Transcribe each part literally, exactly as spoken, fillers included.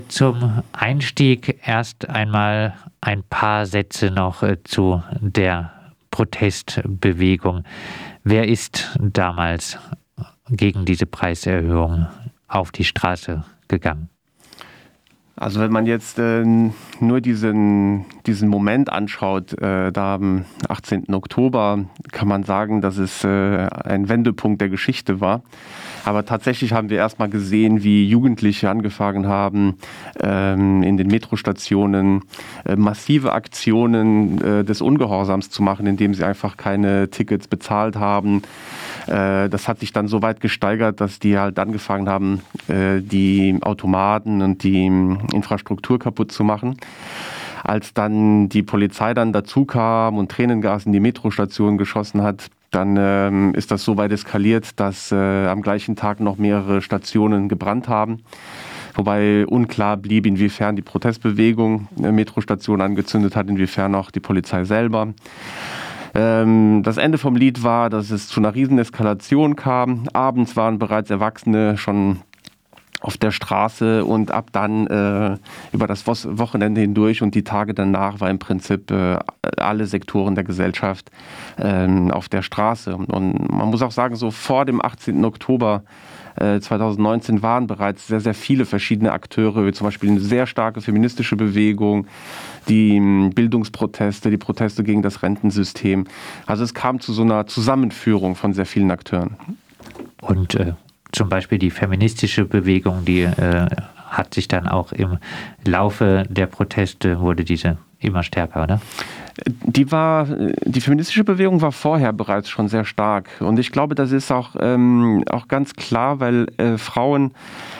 Zum Einstieg erst einmal ein paar Sätze noch äh, zu der Protestbewegung. Wer ist damals gegen diese Preiserhöhung auf die Straße gegangen? Also wenn man jetzt äh, nur diesen, diesen Moment anschaut, äh, da am achtzehnten Oktober, kann man sagen, dass es äh, ein Wendepunkt der Geschichte war. Aber tatsächlich haben wir erstmal gesehen, wie Jugendliche angefangen haben, ähm, in den Metrostationen äh, massive Aktionen äh, des Ungehorsams zu machen, indem sie einfach keine Tickets bezahlt haben. Äh, das hat sich dann so weit gesteigert, dass die halt angefangen haben, äh, die Automaten und die Infrastruktur kaputt zu machen. Als dann die Polizei dann dazu kam und Tränengas in die Metrostation geschossen hat, dann ähm, ist das so weit eskaliert, dass äh, am gleichen Tag noch mehrere Stationen gebrannt haben. Wobei unklar blieb, inwiefern die Protestbewegung äh, Metrostationen angezündet hat, inwiefern auch die Polizei selber. Ähm, das Ende vom Lied war, dass es zu einer riesen Eskalation kam. Abends waren bereits Erwachsene schon auf der Straße und ab dann äh, über das Wochenende hindurch und die Tage danach war im Prinzip äh, alle Sektoren der Gesellschaft äh, auf der Straße. Und man muss auch sagen, so vor dem achtzehnten Oktober äh, zweitausendneunzehn waren bereits sehr, sehr viele verschiedene Akteure, wie zum Beispiel eine sehr starke feministische Bewegung, die Bildungsproteste, die Proteste gegen das Rentensystem. Also es kam zu so einer Zusammenführung von sehr vielen Akteuren. Und äh Zum Beispiel die feministische Bewegung, die äh, hat sich dann auch im Laufe der Proteste, wurde diese immer stärker, oder? Die war, die feministische Bewegung war vorher bereits schon sehr stark. Und ich glaube, das ist auch, ähm, auch ganz klar, weil äh, Frauen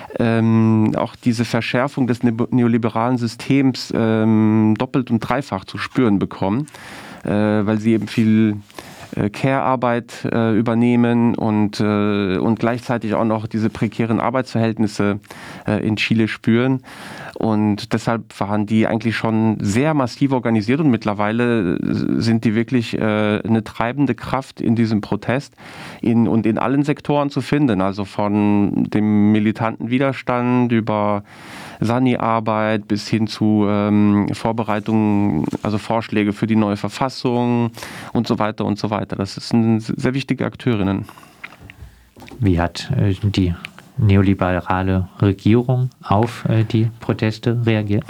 ähm, auch diese Verschärfung des ne- neoliberalen Systems ähm, doppelt und dreifach zu spüren bekommen, äh, weil sie eben viel Care-Arbeit äh, übernehmen und, äh, und gleichzeitig auch noch diese prekären Arbeitsverhältnisse äh, in Chile spüren. Und deshalb waren die eigentlich schon sehr massiv organisiert und mittlerweile sind die wirklich äh, eine treibende Kraft in diesem Protest in, und in allen Sektoren zu finden. Also von dem militanten Widerstand über Sani-Arbeit bis hin zu ähm, Vorbereitungen, also Vorschläge für die neue Verfassung und so weiter und so weiter. Das sind sehr wichtige Akteurinnen. Wie hat äh, die neoliberale Regierung auf äh, die Proteste reagiert?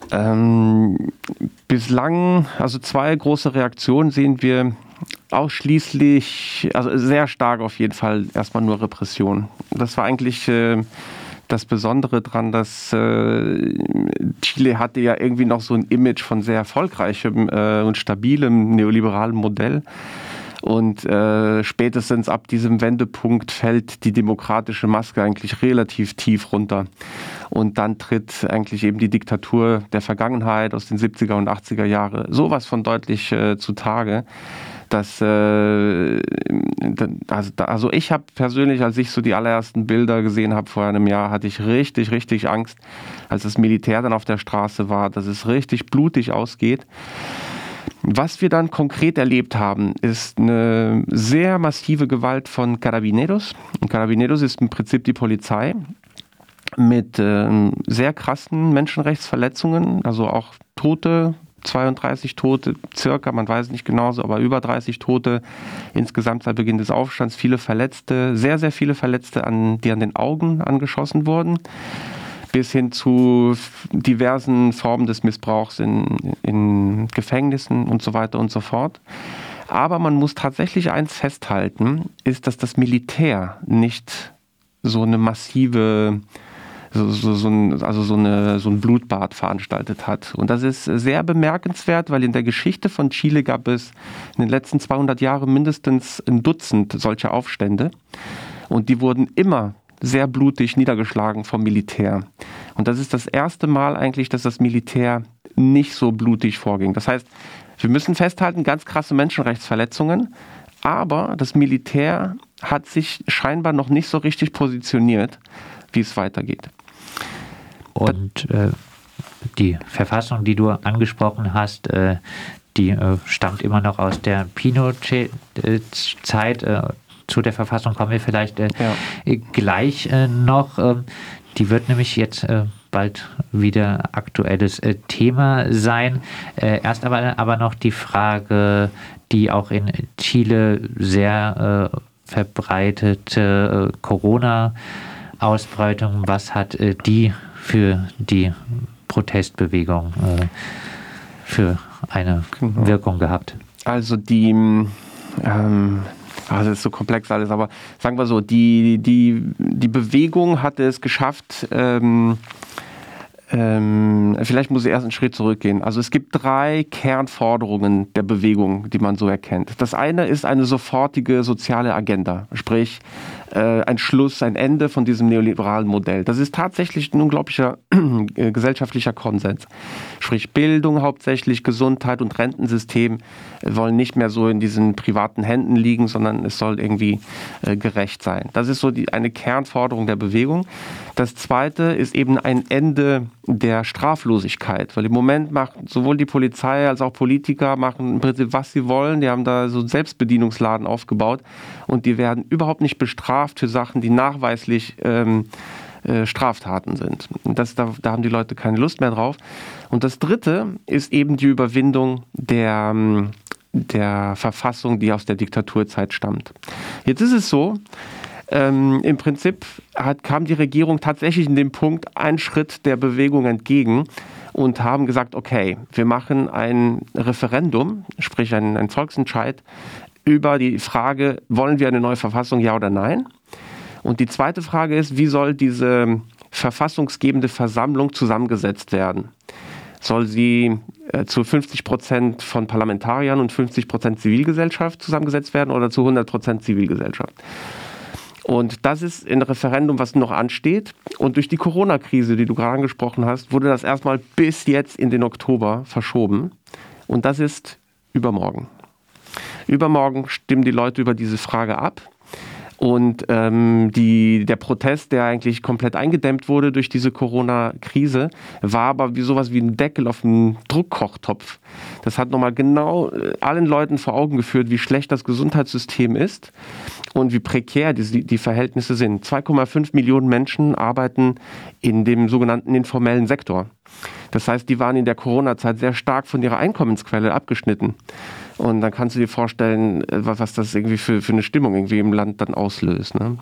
Ähm, bislang, also zwei große Reaktionen sehen wir ausschließlich, also sehr stark auf jeden Fall erstmal nur Repression. Das war eigentlich äh, das Besondere daran, dass äh, Chile hatte ja irgendwie noch so ein Image von sehr erfolgreichem äh, und stabilem neoliberalen Modell. Und äh, spätestens ab diesem Wendepunkt fällt die demokratische Maske eigentlich relativ tief runter. Und dann tritt eigentlich eben die Diktatur der Vergangenheit aus den siebziger und achtziger Jahre sowas von deutlich äh, zutage. Dass, äh, also, also ich habe persönlich, als ich so die allerersten Bilder gesehen habe vor einem Jahr, hatte ich richtig, richtig Angst, als das Militär dann auf der Straße war, dass es richtig blutig ausgeht. Was wir dann konkret erlebt haben, ist eine sehr massive Gewalt von Carabineros. Und Carabineros ist im Prinzip die Polizei mit äh, sehr krassen Menschenrechtsverletzungen, also auch Tote, zweiunddreißig Tote circa, man weiß nicht genauso, aber über dreißig Tote insgesamt seit Beginn des Aufstands, viele Verletzte, sehr, sehr viele Verletzte, an, die an den Augen angeschossen wurden, bis hin zu diversen Formen des Missbrauchs in, in Gefängnissen und so weiter und so fort. Aber man muss tatsächlich eins festhalten, ist, dass das Militär nicht so eine massive So, so, so, ein, also so, eine, so ein Blutbad veranstaltet hat. Und das ist sehr bemerkenswert, weil in der Geschichte von Chile gab es in den letzten zweihundert Jahren mindestens ein Dutzend solcher Aufstände. Und die wurden immer sehr blutig niedergeschlagen vom Militär. Und das ist das erste Mal eigentlich, dass das Militär nicht so blutig vorging. Das heißt, wir müssen festhalten, ganz krasse Menschenrechtsverletzungen, aber das Militär hat sich scheinbar noch nicht so richtig positioniert, wie es weitergeht. Und äh, die Verfassung, die du angesprochen hast, äh, die äh, stammt immer noch aus der Pinochet-Zeit. Äh, zu der Verfassung kommen wir vielleicht äh, ja. gleich äh, noch. Ähm, die wird nämlich jetzt äh, bald wieder aktuelles äh, Thema sein. Äh, erst aber, aber noch die Frage, die auch in Chile sehr äh, verbreitete äh, Corona-Ausbreitung. Was hat äh, die für die Protestbewegung äh, für eine genau. Wirkung gehabt? Also die, ähm, das ist so komplex alles, aber sagen wir so, die, die, die Bewegung hat es geschafft, ähm, ähm, vielleicht muss ich erst einen Schritt zurückgehen. Also es gibt drei Kernforderungen der Bewegung, die man so erkennt. Das eine ist eine sofortige soziale Agenda, sprich äh, ein Schluss, ein Ende von diesem neoliberalen Modell. Das ist tatsächlich ein unglaublicher äh, gesellschaftlicher Konsens. Sprich Bildung hauptsächlich, Gesundheit und Rentensystem wollen nicht mehr so in diesen privaten Händen liegen, sondern es soll irgendwie äh, gerecht sein. Das ist so die, eine Kernforderung der Bewegung. Das zweite ist eben ein Ende der Straflosigkeit, weil im Moment machen sowohl die Polizei als auch Politiker machen im Prinzip, was sie wollen. Die haben da so einen Selbstbedienungsladen aufgebaut und die werden überhaupt nicht bestraft für Sachen, die nachweislich ähm, äh, Straftaten sind. Und das, da, da haben die Leute keine Lust mehr drauf. Und das Dritte ist eben die Überwindung der, der Verfassung, die aus der Diktaturzeit stammt. Jetzt ist es so, Ähm, im Prinzip hat, kam die Regierung tatsächlich in dem Punkt einen Schritt der Bewegung entgegen und haben gesagt, okay, wir machen ein Referendum, sprich ein, ein Volksentscheid über die Frage, wollen wir eine neue Verfassung, ja oder nein? Und die zweite Frage ist, wie soll diese verfassungsgebende Versammlung zusammengesetzt werden? Soll sie äh, zu fünfzig Prozent von Parlamentariern und fünfzig Prozent Zivilgesellschaft zusammengesetzt werden oder zu hundert Prozent Zivilgesellschaft? Und das ist ein Referendum, was noch ansteht. Und durch die Corona-Krise, die du gerade angesprochen hast, wurde das erstmal bis jetzt in den Oktober verschoben. Und das ist übermorgen. Übermorgen stimmen die Leute über diese Frage ab. Und ähm, die, der Protest, der eigentlich komplett eingedämmt wurde durch diese Corona-Krise, war aber wie sowas wie ein Deckel auf einem Druckkochtopf. Das hat nochmal genau allen Leuten vor Augen geführt, wie schlecht das Gesundheitssystem ist und wie prekär die, die Verhältnisse sind. zwei Komma fünf Millionen Menschen arbeiten in dem sogenannten informellen Sektor. Das heißt, die waren in der Corona-Zeit sehr stark von ihrer Einkommensquelle abgeschnitten. Und dann kannst du dir vorstellen, was das irgendwie für, für eine Stimmung irgendwie im Land dann auslöst. Ne?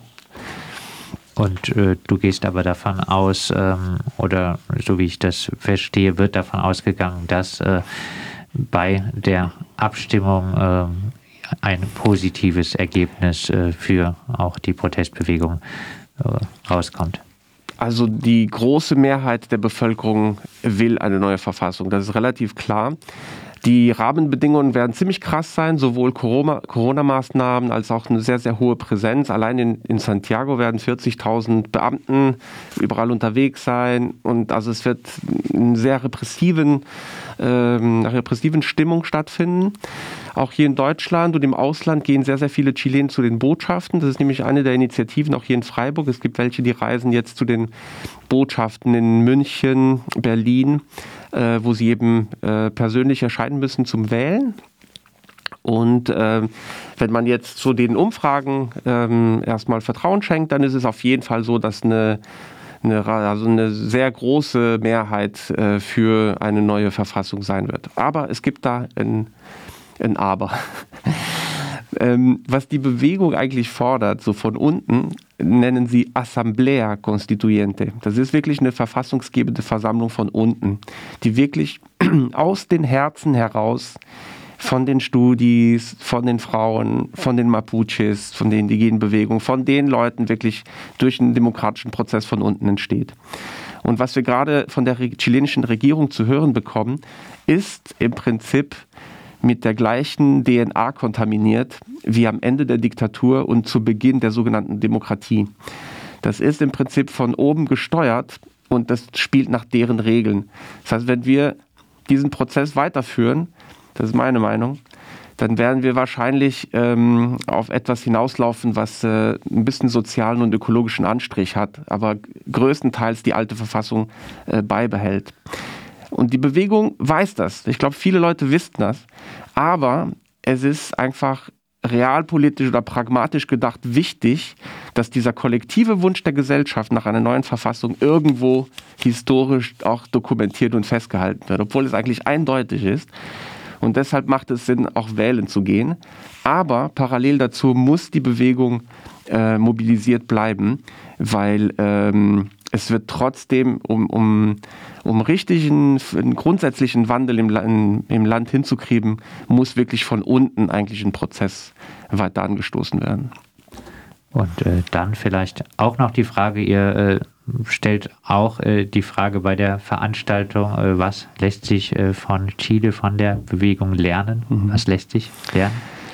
Und äh, du gehst aber davon aus, ähm, oder so wie ich das verstehe, wird davon ausgegangen, dass äh, bei der Abstimmung äh, ein positives Ergebnis äh, für auch die Protestbewegung äh, rauskommt. Also die große Mehrheit der Bevölkerung will eine neue Verfassung. Das ist relativ klar. Die Rahmenbedingungen werden ziemlich krass sein, sowohl Corona-Maßnahmen als auch eine sehr, sehr hohe Präsenz. Allein in, in Santiago werden vierzigtausend Beamten überall unterwegs sein. Und also es wird in sehr repressiven, ähm, einer repressiven Stimmung stattfinden. Auch hier in Deutschland und im Ausland gehen sehr, sehr viele Chilenen zu den Botschaften. Das ist nämlich eine der Initiativen auch hier in Freiburg. Es gibt welche, die reisen jetzt zu den Botschaften in München, Berlin, äh, wo sie eben äh, persönlich erscheinen müssen zum Wählen. Und äh, wenn man jetzt zu den Umfragen äh, erstmal Vertrauen schenkt, dann ist es auf jeden Fall so, dass eine Eine, also eine sehr große Mehrheit äh, für eine neue Verfassung sein wird. Aber es gibt da ein, ein Aber. ähm, was die Bewegung eigentlich fordert, so von unten, nennen sie Asamblea Constituyente. Das ist wirklich eine verfassungsgebende Versammlung von unten, die wirklich aus den Herzen heraus von den Studis, von den Frauen, von den Mapuches, von der indigenen Bewegung, von den Leuten wirklich durch einen demokratischen Prozess von unten entsteht. Und was wir gerade von der chilenischen Regierung zu hören bekommen, ist im Prinzip mit der gleichen D N A kontaminiert wie am Ende der Diktatur und zu Beginn der sogenannten Demokratie. Das ist im Prinzip von oben gesteuert und das spielt nach deren Regeln. Das heißt, wenn wir diesen Prozess weiterführen, das ist meine Meinung, dann werden wir wahrscheinlich ähm, auf etwas hinauslaufen, was äh, ein bisschen sozialen und ökologischen Anstrich hat, aber größtenteils die alte Verfassung äh, beibehält. Und die Bewegung weiß das. Ich glaube, viele Leute wissen das. Aber es ist einfach realpolitisch oder pragmatisch gedacht wichtig, dass dieser kollektive Wunsch der Gesellschaft nach einer neuen Verfassung irgendwo historisch auch dokumentiert und festgehalten wird, obwohl es eigentlich eindeutig ist. Und deshalb macht es Sinn, auch wählen zu gehen. Aber parallel dazu muss die Bewegung äh, mobilisiert bleiben, weil ähm, es wird trotzdem, um, um, um richtigen, einen grundsätzlichen Wandel im, in, im Land hinzukriegen, muss wirklich von unten eigentlich ein Prozess weiter angestoßen werden. Und äh, dann vielleicht auch noch die Frage, ihr äh, stellt auch äh, die Frage bei der Veranstaltung, äh, was lässt sich äh, von Chile, von der Bewegung lernen? Mhm. Was lässt sich lernen?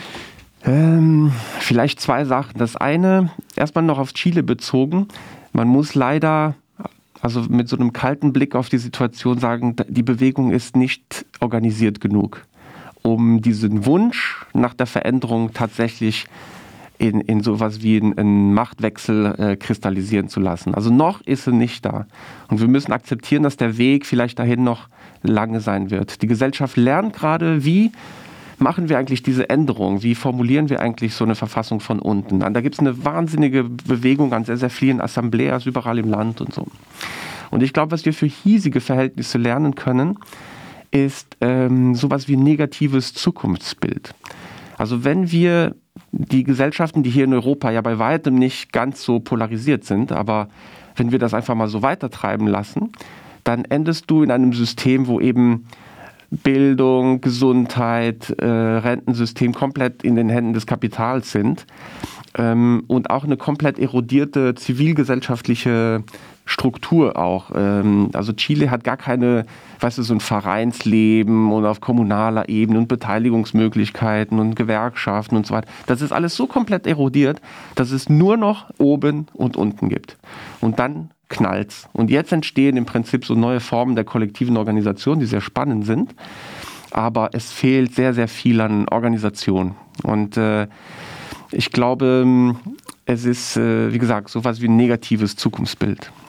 Ähm, vielleicht zwei Sachen. Das eine, erstmal noch auf Chile bezogen. Man muss leider, also mit so einem kalten Blick auf die Situation sagen, die Bewegung ist nicht organisiert genug, um diesen Wunsch nach der Veränderung tatsächlich in, in sowas wie einen Machtwechsel äh, kristallisieren zu lassen. Also noch ist sie nicht da. Und wir müssen akzeptieren, dass der Weg vielleicht dahin noch lange sein wird. Die Gesellschaft lernt gerade, wie machen wir eigentlich diese Änderung? Wie formulieren wir eigentlich so eine Verfassung von unten? Da gibt es eine wahnsinnige Bewegung an sehr, sehr vielen Assembleas überall im Land und so. Und ich glaube, was wir für hiesige Verhältnisse lernen können, ist ähm, sowas wie ein negatives Zukunftsbild. Also wenn wir die Gesellschaften, die hier in Europa ja bei weitem nicht ganz so polarisiert sind, aber wenn wir das einfach mal so weitertreiben lassen, dann endest du in einem System, wo eben Bildung, Gesundheit, äh, Rentensystem komplett in den Händen des Kapitals sind ähm, und auch eine komplett erodierte zivilgesellschaftliche Struktur auch. Ähm, also Chile hat gar keine, weißt du, so ein Vereinsleben und auf kommunaler Ebene und Beteiligungsmöglichkeiten und Gewerkschaften und so weiter. Das ist alles so komplett erodiert, dass es nur noch oben und unten gibt. Und dann knallt's. Und jetzt entstehen im Prinzip so neue Formen der kollektiven Organisation, die sehr spannend sind. Aber es fehlt sehr, sehr viel an Organisation. Und äh, ich glaube, es ist, äh, wie gesagt, sowas wie ein negatives Zukunftsbild.